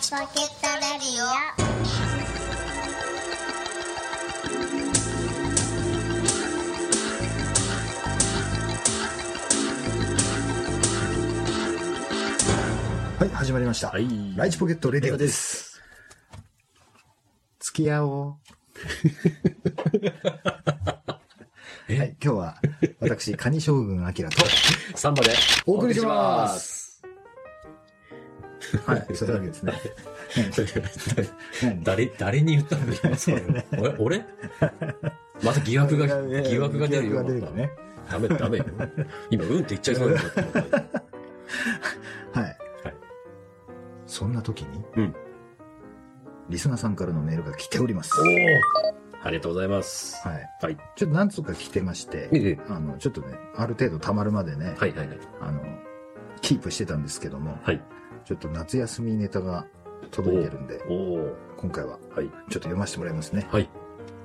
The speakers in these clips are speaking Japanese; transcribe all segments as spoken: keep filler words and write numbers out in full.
チポケットレディオ。 はい、始まりました。 はい、 ライチポケットレディオです。付き合おう。はい、今日は私、カニ将軍アキラとサンバでお送りします。はい、そういうわけですね。 誰、誰に言ったの今それ。俺俺また疑惑が、疑惑が出るよ。 疑惑が出るよね。 ダメ、ダメよ。今、うんって言っちゃいそうだった。 はい。そんな時に、 うん、 リスナーさんからのメールが来ております。 おー、ありがとうございます。 はい。 はい。 ちょっと何つか来てまして、 ええ、 あの、ちょっとね、ある程度溜まるまでね、 はいはいはい。 あの、キープしてたんですけども、 はい。 ちょっと夏休みネタが届いてるんで、 お今回は、 はい。 ちょっと読ませてもらいますね。 はい。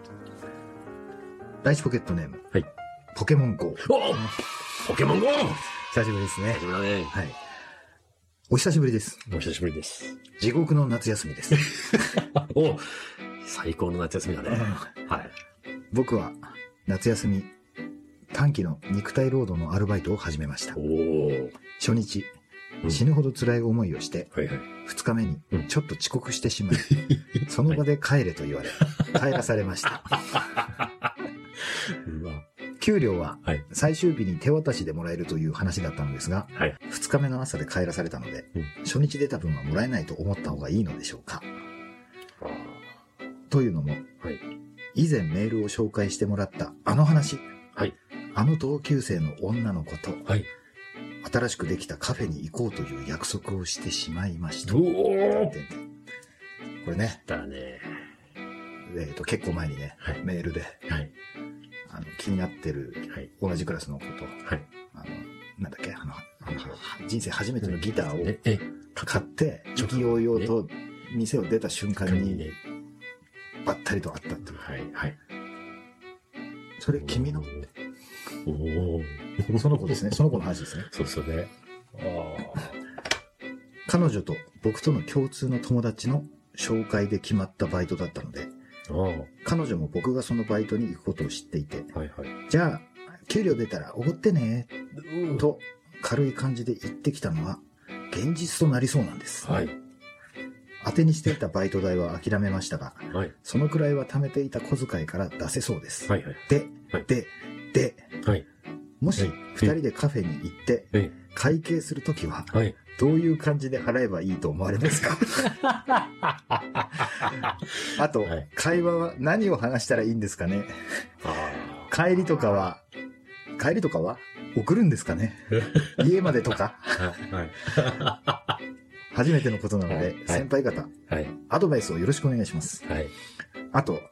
ライチポケットネーム、 はい。 ポケモン ゴー。 おポケモン ゴー久しぶりですね。 久しぶりだね。 はい。お久しぶりです。 お久しぶりです。 地獄の夏休みです。 お最高の夏休みだね。はい。 僕は夏休み短期の肉体労働のアルバイトを始めました。 おー初日、 うん、 死ぬほど辛い思いをして、 はいはい、 ふつかめにちょっと遅刻してしまい、うん、その場で帰れと言われ、はい、帰らされました。 うわ給料は最終日に手渡しでもらえるという話だったのですが、はい、ふつかめの朝で帰らされたので、うん、初日出た分はもらえないと思った方がいいのでしょうか。というのも、はい、以前メールを紹介してもらったあの話、はい、あの同級生の女の子と、はい、新しくできたカフェに行こうという約束をしてしまいました。おーこれね、 だね、 えーと、結構前にね、はい、メールで、はい、あの気になってる、はい、同じクラスの子と、はい、あのなんだっけあのあの人生初めてのギターを買って意気揚々と店を出た瞬間にばったりと会ったっていう、はいはい、それ君のおその子ですね、その子の話ですね。 そうですよね。 彼女と僕との共通の友達の紹介で決まったバイトだったので、彼女も僕がそのバイトに行くことを知っていて、はいはい、じゃあ給料出たらおごってねと軽い感じで言ってきたのは現実となりそうなんです、はい、当てにしていたバイト代は諦めましたが、はい、そのくらいは貯めていた小遣いから出せそうです、はいはい、で、はい、でで、はい、もしふたりでカフェに行って会計するときは、はい、どういう感じで払えばいいと思われますか？あと、はい、会話は何を話したらいいんですかね？帰りとかは、帰りとかは送るんですかね？家までとか、はい、初めてのことなので、はい、先輩方、はい、アドバイスをよろしくお願いします。はい、あと、はい、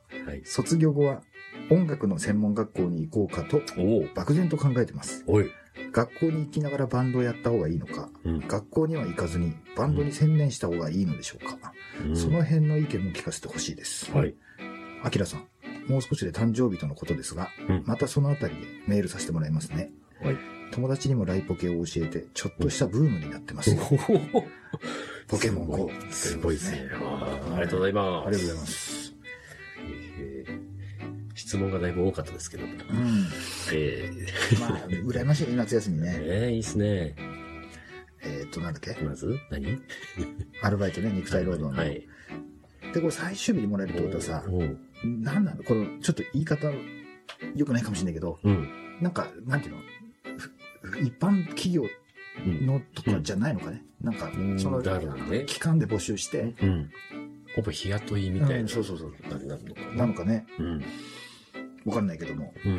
卒業後は音楽の専門学校に行こうかと漠然と考えてます。おい学校に行きながらバンドをやった方がいいのか、うん、学校には行かずにバンドに専念した方がいいのでしょうか、うん、その辺の意見も聞かせてほしいです。はい。あきらさん、もう少しで誕生日とのことですが、うん、またそのあたりでメールさせてもらいますね。はい。友達にもライポケを教えて、ちょっとしたブームになってます。ポケモン ゴー。 すごいですね。ありがとうございます。 ありがとうございます。 えー質問がだいぶ多かったですけど。うん。 えー、まあ、羨ましい夏休みね。 ええー、いいっすね。 えっと、なんだっけまず何アルバイトね、肉体労働の。はい。で、これ最終日にもらえるってことはさ、なんなのこの、ちょっと言い方、良くないかもしれないけど、うん、なんか、なんていうの一般企業のとかじゃないのかね、うん、なんか、その、ね、期間で募集して、うん、 ほぼ日雇いみたいな、うん。 そうそうそう。 なるのかな。 なのかね。うんわかんないけども、うん、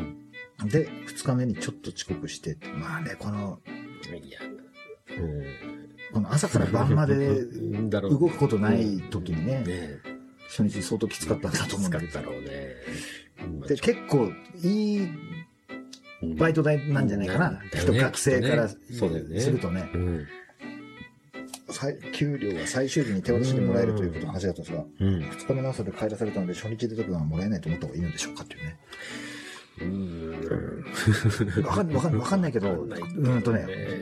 でふつかめにちょっと遅刻して、まあねこのいや、うん、この朝から晩まで動くことない時にね、ね初日相当きつかったんだと思うんだけど、ね、で結構いいバイト代なんじゃないかな、うんね、人学生からするとね、うん、給料は最終日に手渡しでもらえるということの話だったんですが、うん、ふつかめの朝で帰らされたので初日出た分はもらえないと思った方がいいのでしょうかっていうね。うーん。わかんない、わかんない、わかんないけど、うんとね、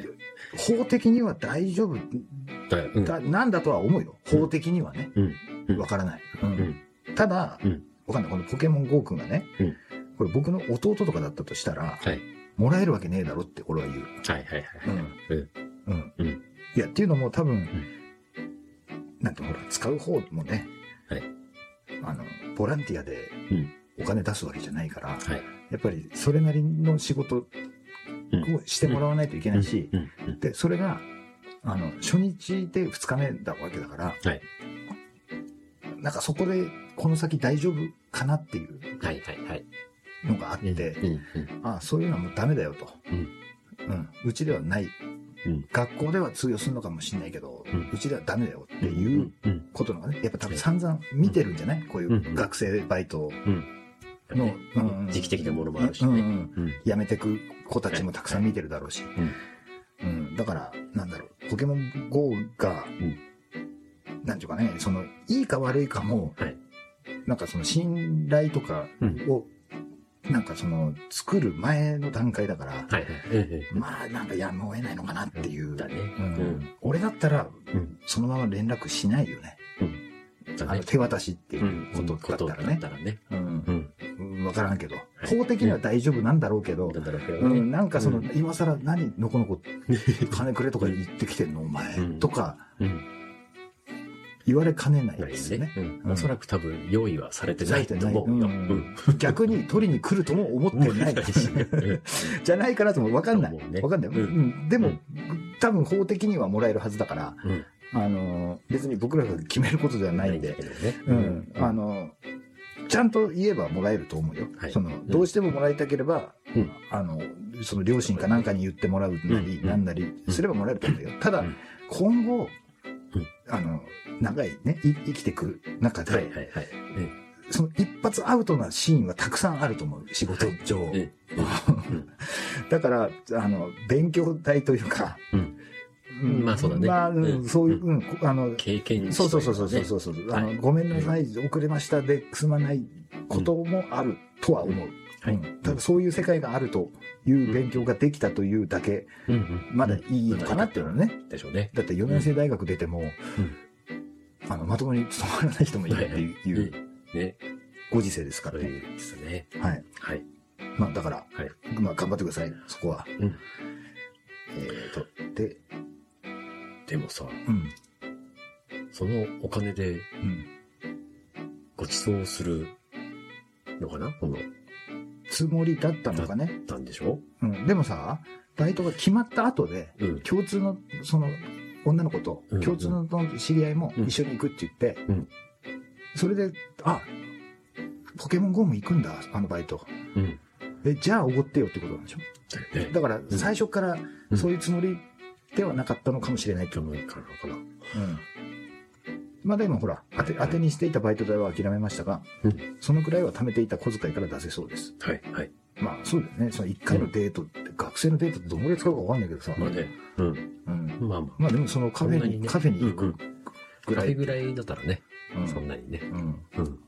法的には大丈夫だ、うん、 だなんだとは思うよ。法的にはね。わ、うん、からない。うんうん、ただ、うん、わかんない。このポケモン ゴー 君がね、うん、これ僕の弟とかだったとしたら、はい、もらえるわけねえだろって俺は言う。 はいはいはい。うん。 うん。うん。いや、っていうのも多分、うん、なんてほら、使う方もね、はい、あの、ボランティアでお金出すわけじゃないから、はい、やっぱりそれなりの仕事をしてもらわないといけないし、で、それが、あの、初日で二日目だわけだから、はい、なんかそこでこの先大丈夫かなっていうのがあって、ああ、そういうのはもうダメだよと。うん。うちではない。うん、学校では通用するのかもしれないけど、うち、ん、ではダメだよっていうことのがね、やっぱ多分散々見てるんじゃない、うん、こういう学生バイトの、 うん、時期的なものもあるしね。うんうん、 辞めてく子たちもたくさん見てるだろうし。うんうん、だから、なんだろう、ポケモン ゴー が、うん、なんていうかね、その、いいか悪いかも、はい、なんかその信頼とかを、うん、なんかその、作る前の段階だから、はいはい、まあなんかやむを得ないのかなっていう。だね。うんうん、俺だったら、うん、そのまま連絡しないよね。うん、あの手渡しっていうことだったらね。だったらね。うんうん、わからんけど、法的には大丈夫なんだろうけど、うん、なんかその、今更何のこのこ金くれとか言ってきてんのお前、とか、言われかねないですよね。 おそらく多分用意はされてないと思うよ。 逆に取りに来るとも思ってないし、じゃないかなともわかんない。わかんない。でも、多分法的にはもらえるはずだから、あの、別に僕らが決めることではないんで、うん、あの、ちゃんと言えばもらえると思うよ。はい、その、どうしてももらいたければ、うん、あの、その両親かなんかに言ってもらうなり、なんなりすればもらえると思うよ。ただ、今後、あの、長いね、生きてくる中で、はいはいはい、その一発アウトなシーンはたくさんあると思う、仕事上。はい、だから、あの、勉強代というか、うんうん、まあそうだね。 まあ、うん、そういう、うん、あの、 経験そうそうそうそうそうそう、あの、ごめんなさい、遅れましたですまないこともあるとは思う。はい。ただそういう世界があるという勉強ができたというだけ、まだいいのかなっていうのね。 でしょうね。 だってよねん生大学出ても、あの、まともに務まらない人もいるっていう、ね。ご時世ですからね。 ですね。 はい。はい。まあだから、はい。まあ頑張ってください、そこは。うん。えっと、で、 でもさ、うん、そのお金で、うん、ご馳走するのかなこの。 つもりだったのかね。 だったんでしょうん。でもさ、バイトが決まった後で、うん、共通の、その、女の子と、共通の知り合いも一緒に行くって言って、うんうん、それで、あ、ポケモン ゴー も行くんだ、あのバイト。うん、え、じゃあおごってよってことなんでしょ、ね、だから、最初からそういうつもり、ではなかったのかもしれないと思うからかな。うん。まあでもほら、当て、当てにしていたバイト代は諦めましたが、うん、そのくらいは貯めていた小遣いから出せそうです。はい、はい。まあそうだよね。その一回のデートって、うん、学生のデートってどのぐらい使うかわかんないけどさ。まあね。うん。うん。まあまあ。まあでもそのカフェに、ね、カフェに行くぐらい。 カフェぐらいだったらね。うん、そんなにね。うん。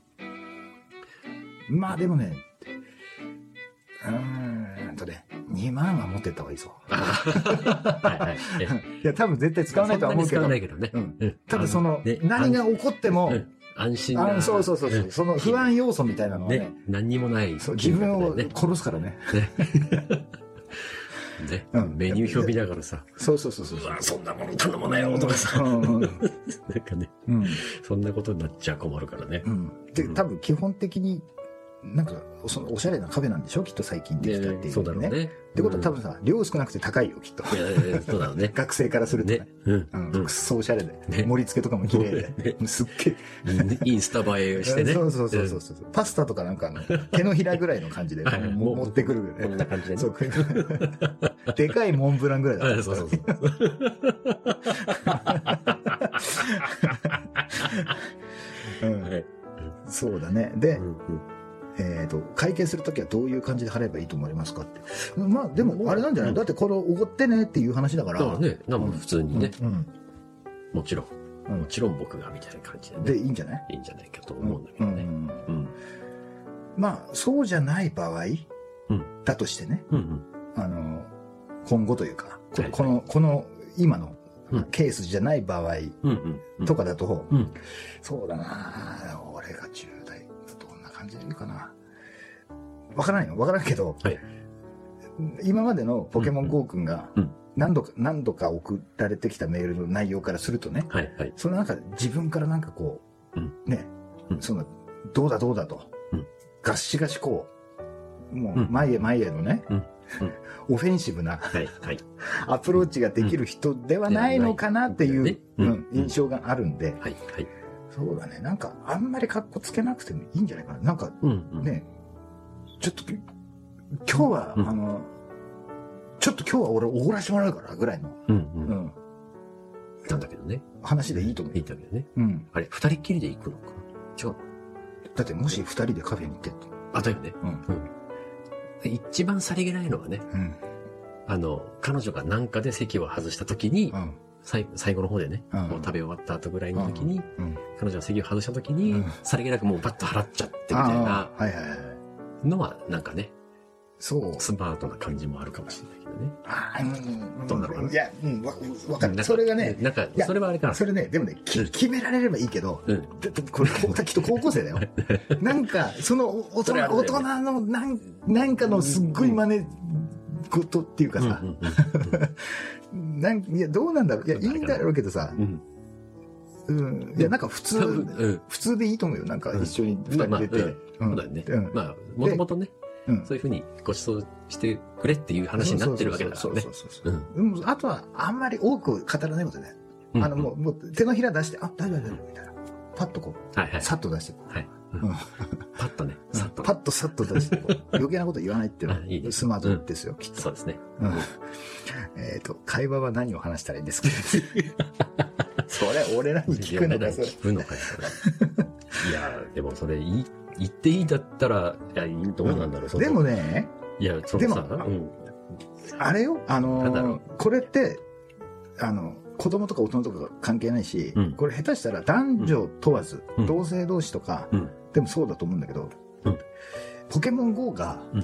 うん。まあでもね、うーんとね、にまんは持ってった方がいいぞ。はいはい。いや、多分絶対使わないとは思うけど。 使わないけどね。うん。 ただその、何が起こっても、 安心な。 そうそうそうそう。その不安要素みたいなのはね。 何にもない。 そう、自分を殺すからね。 ね。メニュー表見ながらさ。 そうそうそうそう。 うわ、そんなもの頼むなよとかさ。なんかね。そんなことになっちゃ困るからね。 で、多分基本的に、なんか、そのおしゃれなカフェなんでしょきっと最近できたっていう、ね。 そうだろうね。 ってことは多分さ、量少なくて高いよ、きっと。 いやいや、そうだろうね。 学生からするとね。うん。くっそおしゃれで。盛り付けとかも綺麗で。すっげえ。インスタ映えしてね。 そうそうそうそう。パスタとかなんか手のひらぐらいの感じで持ってくるよね。 こんな感じでね。 そう。でかいモンブランぐらいだ。 そうそうそう。 そうだね。で、えっと、会計するときはどういう感じで払えばいいと思いますかって。まあ、でも、あれなんじゃない、だってこれおごってねっていう話だから。 だからね、なんか普通にね。もちろん。もちろん僕がみたいな感じでね。 で、いいんじゃないいいんじゃないかと思うんだけどね。 まあ、そうじゃない場合だとしてね。あの、 今後というか、 はい、 この、この、今のケースじゃない場合とかだと、うんうん、そうだな俺がじゅう代、どんな感じでいいかな。わからないよ。わからんけど、はい、今までのポケモン ゴー 君が何度か、何度か送られてきたメールの内容からするとね、はいはい、そのなんか自分からなんかこう、うん、ね、うん、その、どうだどうだと、うん、ガシガシこう、もう前へ前へのね、うんオフェンシブな、はいはい、アプローチができる人ではないのかなっていう、うんうん、印象があるんで、はいはい、そうだね、なんかあんまり格好つけなくてもいいんじゃないかな。なんか、うんうん、ね、ちょっと今日は、うん、あの、ちょっと今日は俺おごらしてもらうからぐらいの、うんうんうん、 なんだけどね。 話でいいと思う。 いいんだけどね。うん。あれ、二人っきりで行くのか違う。 だってもし二人でカフェに行ってって。 あ、だよね。うん。うん一番さりげないのはね、うん、あの、彼女が何かで席を外した時に、うん、最, 最後の方でね、うん、もう食べ終わった後ぐらいの時に、うん、彼女が席を外した時に、うん、さりげなくもうバッと払っちゃってみたいなのは、なんかね、そう。スマートな感じもあるかもしれないけどね。ああ、うん。 どうなのかな。いや、うん、わ、わかる。それがね、 なんか、それはあれかな。 それね、でもね、き決められればいいけど、うん。これ、きっと高校生だよ。なんか、その、大人、大人の、なん、なんかのすっごい真似事っていうかさ、なん、いや、どうなんだろう。いや、いいんだろうけどさ、うん。いや、なんか普通、普通でいいと思うよ。なんか一緒に二人出て。 そうだよね。まあ、もともとね、うん、そういうふうにご馳走してくれっていう話になってるわけだからね。 あとは、あんまり多く語らないことね。うん、あの、もう、もう手のひら出して、あ、大丈夫大丈夫みたいな。パッとこう、はいはい、さっと出して。はい。 うん、パッとね、 さっと。パッとさっと出して、余計なこと言わないっていうのは、いいスマートですよ、うん、きっと。 そうですね。 うん、えっと、会話は何を話したらいいんですかそれ、俺らに聞くのか、それ。 聞くのかよ、それ。いや、でもそれ、いい。言っていいんだったら、いや、どうなんだろう、 うん、でもね、 いや、そのさ、 でも、うん、あれよ、あのー、これって、あの、子供とか大人とか関係ないし、うん、これ下手したら男女問わず、うん、同性同士とか、うん、でもそうだと思うんだけど、うん、ポケモン ゴー が、うん、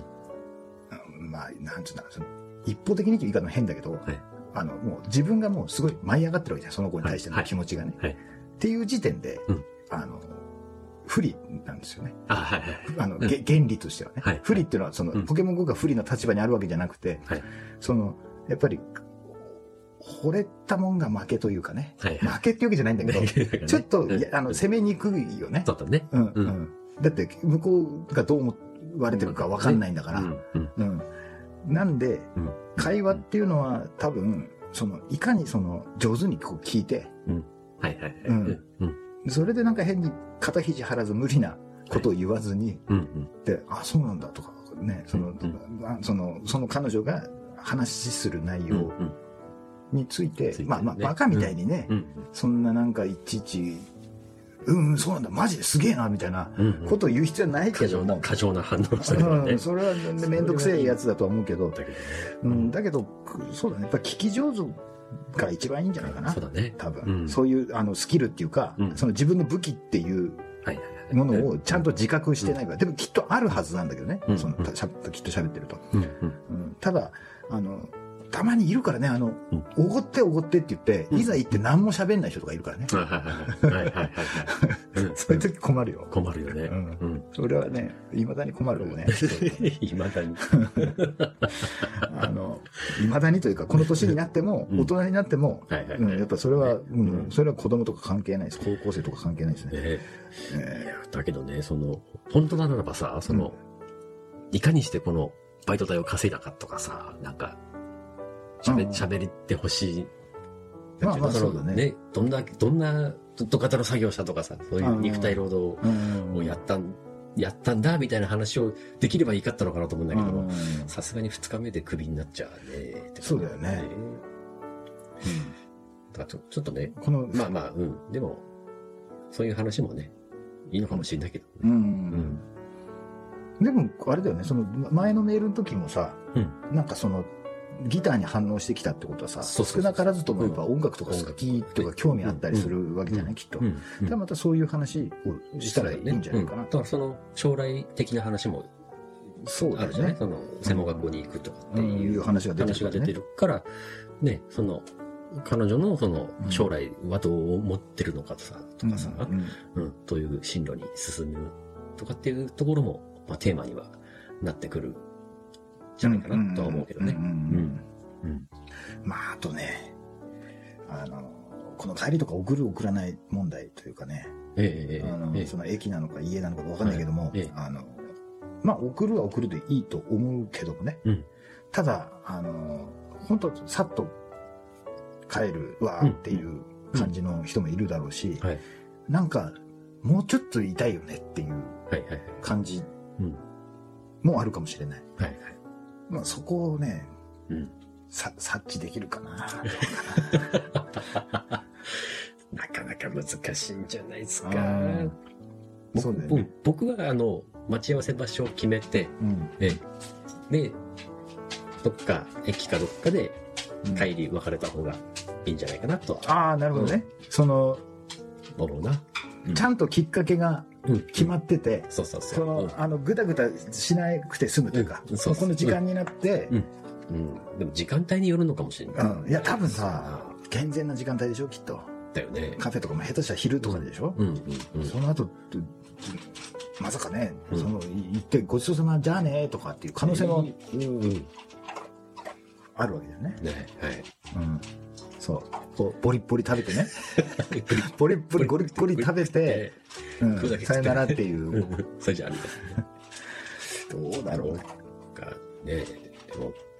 まあ、なんつうんだろう、その一方的に言い方も変だけど、はい、あの、もう自分がもうすごい舞い上がってるわけじゃん、その子に対しての気持ちがね。はいはい、っていう時点で、うん、あの、不利なんですよね。あ、はいはい。あの、うん、原理としてはね。はい、不利っていうのは、その、うん、ポケモン ゴー が不利な立場にあるわけじゃなくて、はい、その、やっぱり、惚れたもんが負けというかね。はいはい、負けっていうわけじゃないんだけど、ね、ちょっと、いやあの、攻めにくいよね。 そうだね。 うん、うん。だって、向こうがどう思われてるかわかんないんだから。うん。うん。なんで、うん、会話っていうのは多分、その、いかにその、上手にこう聞いて、うん。はいはいはい。うん。うんそれでなんか変に肩肘張らず無理なことを言わずに、はいうんうん、で、あ、そうなんだとか、ね、その、うんうん、その、その彼女が話する内容について、うんうん、まあまあ、バカみたいにね、うんうん、そんななんかいちいち、うんうん、そうなんだ、マジですげえな、みたいなことを言う必要はないけども。 過剰な反応したけどね。 うん、それは、ね、めんどくせえやつだとは思うけど、だけど、ねうん、だけど、そうだね、やっぱ聞き上手が一番いいんじゃないかな。 そうだね。 多分。うん、そういう、あの、スキルっていうか、うん、その自分の武器っていうものをちゃんと自覚してないから、うん、でもきっとあるはずなんだけどね。うん、その、しゃきっと喋ってると。うんうんうん、ただ、あの、たまにいるからね、あの、おごっておごってって言って、いざ行って何も喋んない人とかいるからね。はいはいはいはい。そういう時困るよ。 困るよね。うん。 それはね、未だに困るよね。 未だに。 あの、未だにというか、この年になっても、大人になっても、やっぱそれは、うん、それは子供とか関係ないです。高校生とか関係ないですね。ええ。だけどね、その、本当ならばさ、その、いかにしてこのバイト代を稼いだかとかさ、なんか、喋、喋ってほしい。 まあまあそうだね。ね、 どんな、どんな、土方の作業したとかさ、そういう肉体労働をやったん、やったんだ、みたいな話をできればいいかったのかなと思うんだけども、さすがに二日目でクビになっちゃうね。 そうだよね。 だからちょちょっとね、この、まあまあ、うん。でも、そういう話もね、いいのかもしれないけど、ね。うん。 うん。でも、あれだよね、その前のメールの時もさ、うん、なんかその、ギターに反応してきたってことはさ、少なからずともやっぱ音楽とか好きとか興味あったりするわけじゃない、きっと。でまたそういう話をしたらいいんじゃないかな。 だからその将来的な話もそうだよね。 その、専門学校に行くとかっていう話が出てるから、ね、その、彼女のその将来はどう思ってるのかさ、とかさ、うん、どういう進路に進むとかっていうところも、まあテーマにはなってくるじゃないかなとは思うけどね。 まああとね、あの、この帰りとか送る送らない問題というかね、ええあのええ、その駅なのか家なのかわかんないけども、はいええ、あの、まあ送るは送るでいいと思うけどもね、うん、ただ、あの、本当さっと帰るわっていう感じの人もいるだろうし、うんうんはい、なんかもうちょっといたいよねっていう感じもあるかもしれない。はいはいまあ、そこをね、うん、さ察知できるかななかなか難しいんじゃないですか。そうだよね、僕はあの待ち合わせ場所を決めて、うん、でどっか駅かどっかで帰り別れた方がいいんじゃないかなとは、 うん、ああなるほどね、うん、その思うな、 うん、ちゃんときっかけが決まってて、 うん、そうそうそう、 その、うん、あのぐだぐだしなくて済むというか、うん、そうそうこの時間になって、うんうん、でも時間帯によるのかもしれない、 うん、いや多分さ健全な時間帯でしょきっとだよね。 カフェとかも下手したら昼とかでしょ、うんうんうんうん、その後まさかね、うん、その行ってごちそうさまじゃあねとかっていう可能性も、うんうん、あるわけだよね。ねはい。うん。そう。こうボリッボリ食べてね。ボリッボリゴリゴリ食べて、うん、さよならっていう。 それじゃありどうだろうかね。で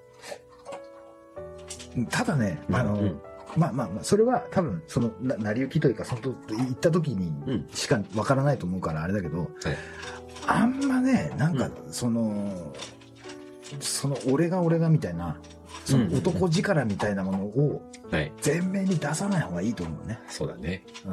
もただね、あの。うんうんまあまあまあ、それは多分、その、な、成り行きというか、その、行った時にしかわからないと思うからあれだけど、うんはい、あんまね、なんか、その、うん、その、俺が俺がみたいな、その男力みたいなものを、前面に出さない方がいいと思うね。 そうだね。 うん。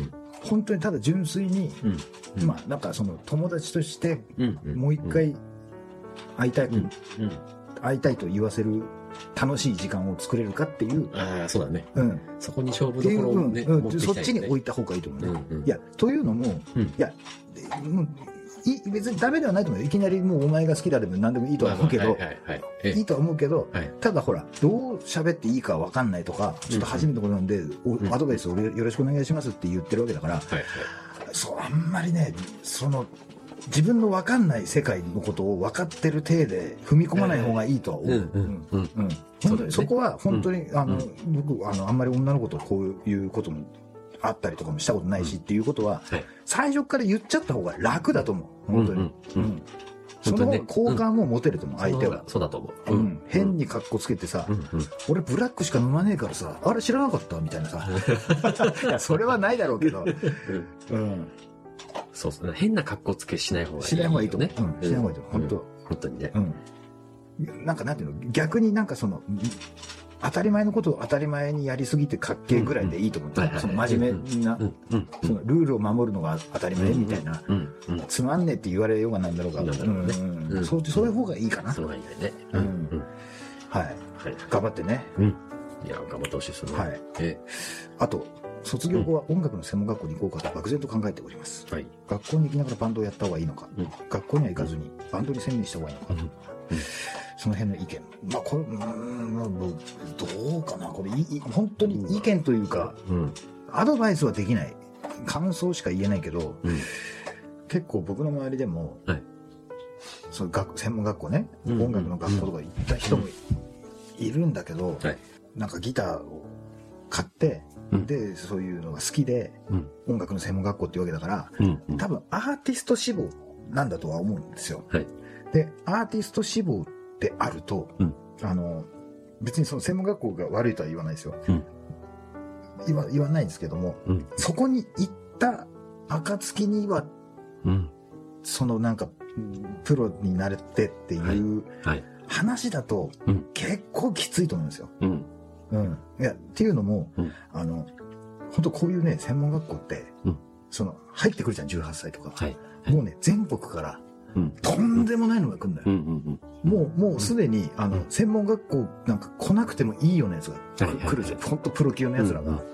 本当にただ純粋に、うん、まあ、なんかその、友達として、もう一回、会いたい、会いたいと言わせる、楽しい時間を作れるかっていう。 ああ、そうだね。うん。そこに勝負どころをね、 うんうん、そっちに置いた方がいいと思うね。うんうん、いや、というのも、うん、いや、もうい別にダメではないと思うよ。いきなりもうお前が好きだでも何でもいいとは思うけど、はいはいはい、いいとは思うけど、はい、ただほら、どう喋っていいか分かんないとか、ちょっと初めてのことなんで、うん、アドバイスをよろしくお願いしますって言ってるわけだから、はいはい、そう、あんまりね、その、自分の分かんない世界のことを分かってる体で踏み込まない方がいいとは思う。そこは本当に、うん、あの、うん、僕あのあんまり女の子とこういうこともあったりとかもしたことないし、うん、っていうことは、はい、最初から言っちゃった方が楽だと思う本当に。うんうんうん、その方が好感も持てると思う、相手は。 そうだと思う。 うん、変にカッコつけてさ、うんうん、俺ブラックしか飲まねえからさ、あれ知らなかったみたいなさ。いやそれはないだろうけど。うんそうですね。変な格好つけしない方がいい、ね。 しない方がいいと思う。うん。しない方がいいと思う。本当、うん。 本当にね。 うん。なんかなんていうの、逆になんかその、当たり前のことを当たり前にやりすぎてかっけえぐらいでいいと思って、うんうん、その真面目な、そのルールを守るのが当たり前みたいな、うんうん、つまんねえって言われようがなんだろうが、そうそういう方がいいかな。 そうがいいね。 うんうん、はい、はい。頑張ってね。 うん。いや、頑張ってほしいですね。はい。 えあと、卒業後は音楽の専門学校に行こうかと漠然と考えております、はい、学校に行きながらバンドをやった方がいいのか、うん、学校には行かずにバンドに専念した方がいいのか、うんうん、その辺の意見、まあこれうんどうかなこれい本当に意見というか、うん、アドバイスはできない感想しか言えないけど、うん、結構僕の周りでも、はい、その学専門学校ね、うん、音楽の学校とか行った人もいるんだけど、はい、なんかギターを買ってでそういうのが好きで、うん、音楽の専門学校っていうわけだから、うんうん、多分アーティスト志望なんだとは思うんですよ、はい、でアーティスト志望であると、うん、あの別にその専門学校が悪いとは言わないですよ、うん、言わ、言わないんですけども、うん、そこに行った暁には、うん、そのなんかプロになれてっていう話だと、はいはい、結構きついと思うんですよ、うんうん、いやっていうのも、うん、あの本当こういうね専門学校って、うん、その入ってくるじゃんじゅうはっさいとか、はいはい、もうね全国から、うん、とんでもないのが来るんだよ、うんうんうん、もうもうすでにあの、うん、専門学校なんか来なくてもいいようなやつが来るじゃん、はいはいはい、本当プロ級のやつらが、うんうんはい、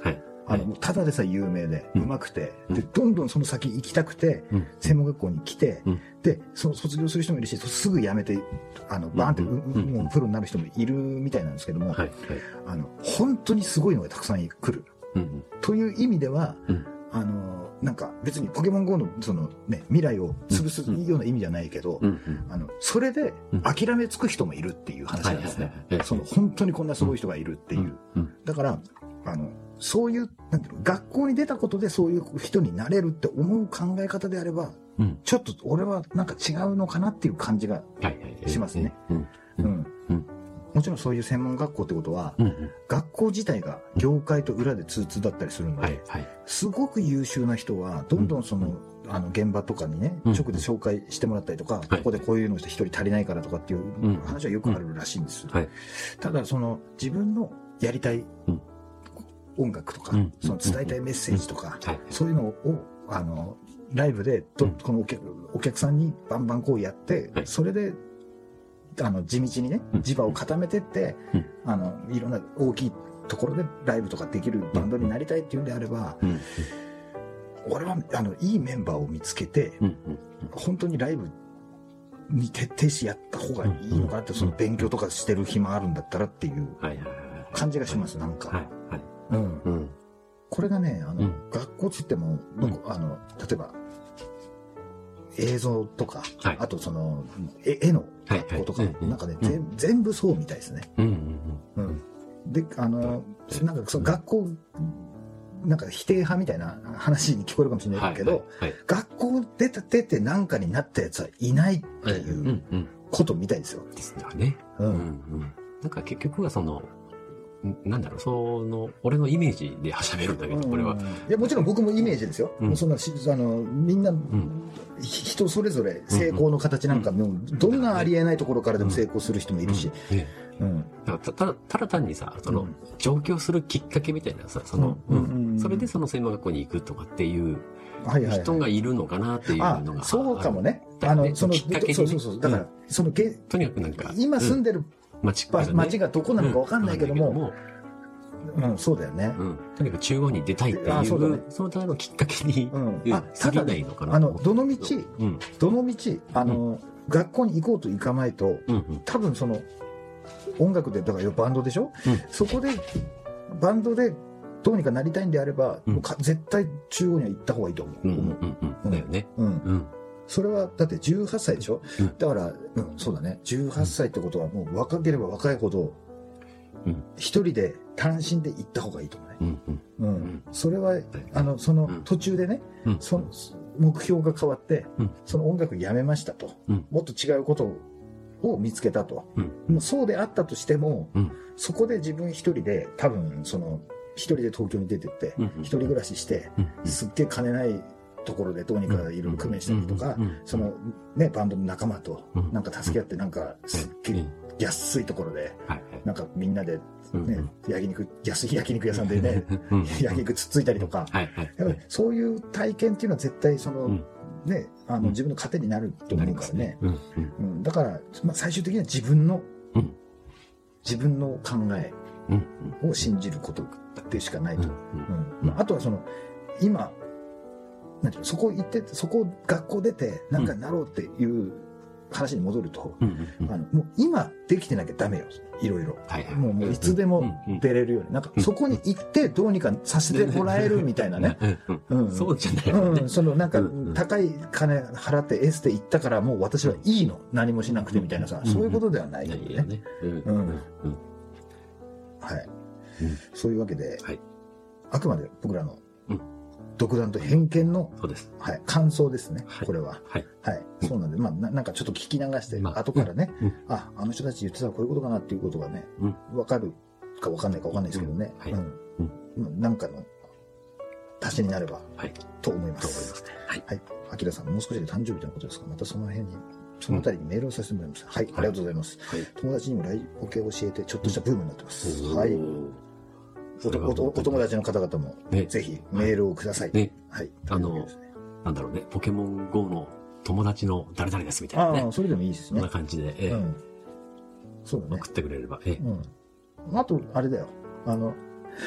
あの、ただでさえ有名で、上手くて、で、どんどんその先行きたくて、専門学校に来て、で、その卒業する人もいるし、すぐ辞めて、あの、バーンって、もうプロになる人もいるみたいなんですけども、あの、本当にすごいのがたくさん来る。という意味では、あの、なんか別にポケモン ゴー のそのね、未来を潰すような意味じゃないけど、あの、それで諦めつく人もいるっていう話なんですね。その本当にこんなすごい人がいるっていう。だから、あの、そういう、なんていうの、学校に出たことでそういう人になれるって思う考え方であれば、ちょっと俺はなんか違うのかなっていう感じがしますね。うん。もちろんそういう専門学校ってことは、うんうん、学校自体が業界と裏で通通だったりするので、はいはい、すごく優秀な人はどんどんその、うんうん、あの現場とかにね、直で紹介してもらったりとか、うん、ここでこういうのして一人足りないからとかっていう話はよくあるらしいんです。うんうんはい、ただその自分のやりたい音楽とか、うん、その伝えたいメッセージとか、うんうん、そういうのをあのライブでと、うん、このお客、お客さんにバンバンこうやって、はい、それであの地道にね磁場を固めてって、うん、あのいろんな大きいところでライブとかできるバンドになりたいっていうんであれば、うん、俺はあのいいメンバーを見つけて、うん、本当にライブに徹底してやった方がいいのかなって、その勉強とかしてる暇あるんだったらっていう感じがします。なんか、はいはいうんうん、これがねあの、うん、学校つっても、うん、あの例えば映像とか、はい、あとその絵絵の学校とか、はいはい、なんかね、うん、全部そうみたいですね。うんうんうん、であのなんかその学校なんか否定派みたいな話に聞こえるかもしれないけど、はいはいはい、学校出た出てなんかになったやつはいないっていうことみたいですよ。 ですよね。うんうん、なんか結局はそのなんだろう、その、俺のイメージで喋るんだけど、これは。 いや、もちろん僕もイメージですよ。うん、もうそんな、あの、みんな、うん、人それぞれ成功の形なんか、うん、どんなありえないところからでも成功する人もいるし。うんねうん、だからただ、ただ単にさ、その、上京するきっかけみたいなさ、その、うん、それでその専門学校に行くとかっていう、人がいるのかなっていうのが、はいはいはい、あ、 そうかもね。あの、その、 きっかけに、 そうそうそう。だから、その、 とにかくなんか、 今住んでる、街が、ね、街がどこなのか分かんないけども、うん、うん、そうだよね、 うん。とにかく中央に出たいっていう、そうだね、そのためのきっかけに、うん、あ、ただないのかな。 あの、どの道、うん、どの道、あの、うん、学校に行こうと行かないと、うんうん、多分その、音楽で、だからバンドでしょ、うん、そこで、バンドでどうにかなりたいんであれば、うん、絶対中央には行った方がいいと思う。うんうんうんうん、だよね。うん。うんそれは、だってじゅうはっさいでしょ、うん、だから、うん、そうだね。じゅうはっさいってことは、もう若ければ若いほど、一人で単身で行った方がいいと思うね。うんうんうん、それは、あの、その途中でね、うん、その目標が変わって、うん、その音楽やめましたと、うん。もっと違うことを見つけたと。うん、もうそうであったとしても、うん、そこで自分一人で、多分、その、一人で東京に出てって、うん、一人暮らしして、うん、すっげえ金ないところでどうにかいろいろ工面したりとか、そのね、バンドの仲間となんか助け合ってなんかすっげえ安いところで、なんかみんなでね、焼肉、安い焼肉屋さんでね、焼肉つっついたりとか、そういう体験っていうのは絶対その、ね、あの自分の糧になると思うからね。だから、まあ最終的には自分の、自分の考えを信じることでしかないと。あとはその、今、なんていうの、そこ行って、そこ学校出て、なんかなろうっていう話に戻ると、うんうんうん、あのもう今できてなきゃダメよ。いろいろ。はいはい、もうもういつでも出れるように。なんかそこに行ってどうにかさせてもらえるみたいなね。 うん、そうじゃないよね。 うん、そのなんか高い金払ってエステ行ったからもう私はいいの。何もしなくてみたいなさ、そういうことではないよね。はい。そういうわけで、はい、あくまで僕らの独断と偏見の、 そうです。 はい、感想ですね、はい、これは。はい。はい。そうなんで、まあな、なんかちょっと聞き流して、まあ、後からね、うん、あ、あの人たち言ってたらこういうことかなっていうことがね、わ、うん、かるかわかんないかわかんないですけどね、うん。はい。うん。なんかの足しになれば、はい。と思います。と思いますね。はい。はい。アキラさん、もう少しで誕生日ということですか、またその辺に、そのあたりにメールをさせてもらいました。はい。ありがとうございます。はい。友達にもライブ系を教えて、ちょっとしたブームになってます。はい。お, お, お友達の方々も、ね、ぜひメールをください。ね。はい。 あの、ね、なんだろうね、ポケモン ゴー の友達の誰々ですみたいなね。 ああ、それでもいいですね。 そんな感じで、えーうん、 そうだね。 送ってくれれば。えーうん。あと、あれだよ。あの、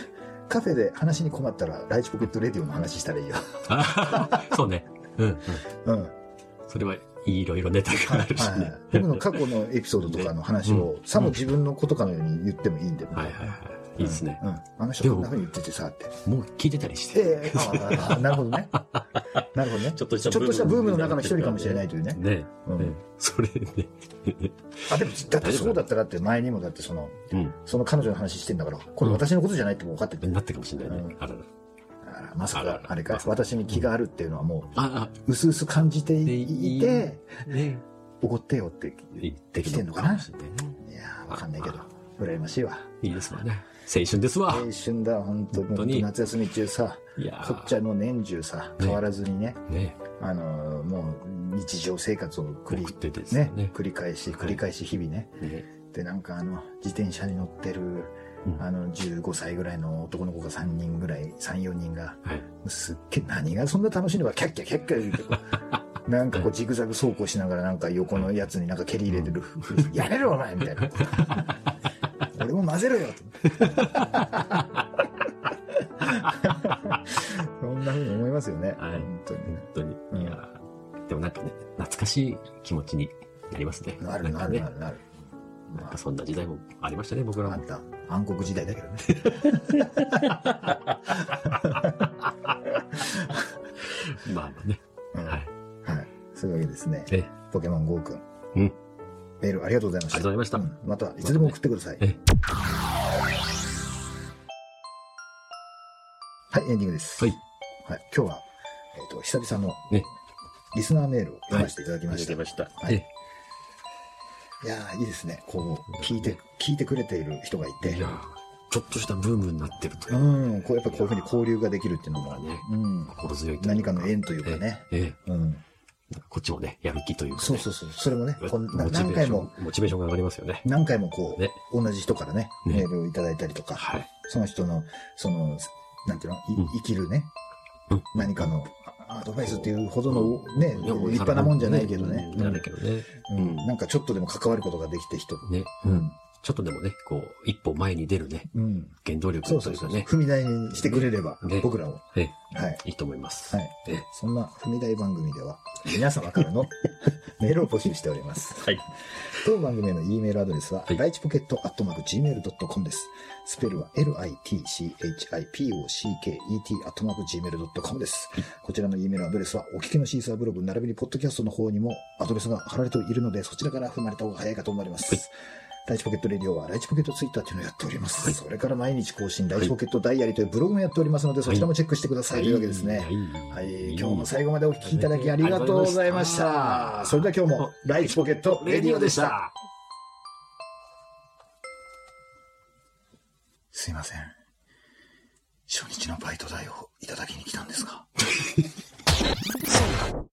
カフェで話に困ったらライチポケットレディオの話したらいいよ。 そうね。うん、 うん。うん。 それはいろいろネタがあるしね。はい、 僕の過去のエピソードとかの話を、ね、さも自分のことかのように言ってもいいんで、ね。 はいはいはい。いいですね。 うん。あの人こんな風に言っててさって。 もう聞いてたりして。 ええー、ああ、なるほどね。なるほどね。ちょっとしたブームの中の一人かもしれないというね。 ね。うん。それね。 あ、でも、だってそうだったらって前にもだってその、その彼女の話してんだから、これ私のことじゃないって分かってて。 なってるかもしれないね。あらら。 まさか、あれか、私に気があるっていうのはもう、うすうす感じていて、おごってよって言ってきてんのかな。いやー、わかんないけど、羨ましいわ。 いいですわね。青春ですわ。 青春だ、本当に。夏休み中さ、こっちはもう年中さ、変わらずにね、あの、もう日常生活を繰り、ね、繰り返し、繰り返し日々ね。で、なんかあの、自転車に乗ってる、あの、じゅうごさいぐらいの男の子がさんにんぐらい、さん、よにんが、すっげえ、何がそんな楽しいのか、キャッキャキャッキャ言うて、なんかこう、ジグザグ走行しながら、なんか横のやつになんか蹴り入れてる、やめろお前みたいな。俺も混ぜろよと。そんな風に思いますよね。 はい。本当に。本当に。いや、でもなんかね、懐かしい気持ちになりますね。 なるなるなるなる。 なんかそんな時代もありましたね、僕らも。 あった。暗黒時代だけどね。 まあまあね。 はい。はい。そういうわけですね。ポケモン ゴー くん。うん。メールありがとうございました。 ありがとうございました。 またいつでも送ってください。はい、エンディングです。はい。はい。今日は、えっと、久々の、リスナーメールを読ませていただきました。 はい。 はい。いやー、いいですね。こう、聞いて、聞いてくれている人がいて。いやちょっとしたブームになってるという。 うん。こう、やっぱこういうふうに交流ができるっていうのもね。 うん。心強いというか。何かの縁というかね。ええ。うん。 こっちもね、やる気というか、 そうそうそう。それもね、何回も。 モチベーションが上がりますよね。 何回もこう、同じ人からね、メールをいただいたりとか、その人の、その、なんていうの、生きるね、何かのアドバイスっていうほどのね、立派なもんじゃないけどね。 ないけどね。 なんかちょっとでも関わることができて人。 ね。ちょっとでもね、こう、一歩前に出るね、原動力というかね。 踏み台にしてくれれば、僕らを。 はい。いいと思います。 はい。そんな踏み台番組では、皆様からのメールを募集しております。はい。当番組への E メールアドレスは、ライチポケットアットマーク ジーメールドットコム です。スペルは エルアイティーシーエイチアイピーオーシーケーイーティー アットマーク ジーメールドットコム です。こちらの E メールアドレスは、お聞きのシーサーブログ並びにポッドキャストの方にもアドレスが貼られているので、そちらから踏まれた方が早いかと思われます。はい。ライチポケットレディオはライチポケットツイッターというのをやっております。はい、それから毎日更新、ライチポケットダイアリーというブログもやっておりますので、そちらもチェックしてくださいというわけですね。はい。はい、今日も最後までお聞きいただきありがとうございました。それでは今日もライチポケットレディオでした。すいません。初日のバイト代をいただきに来たんですが。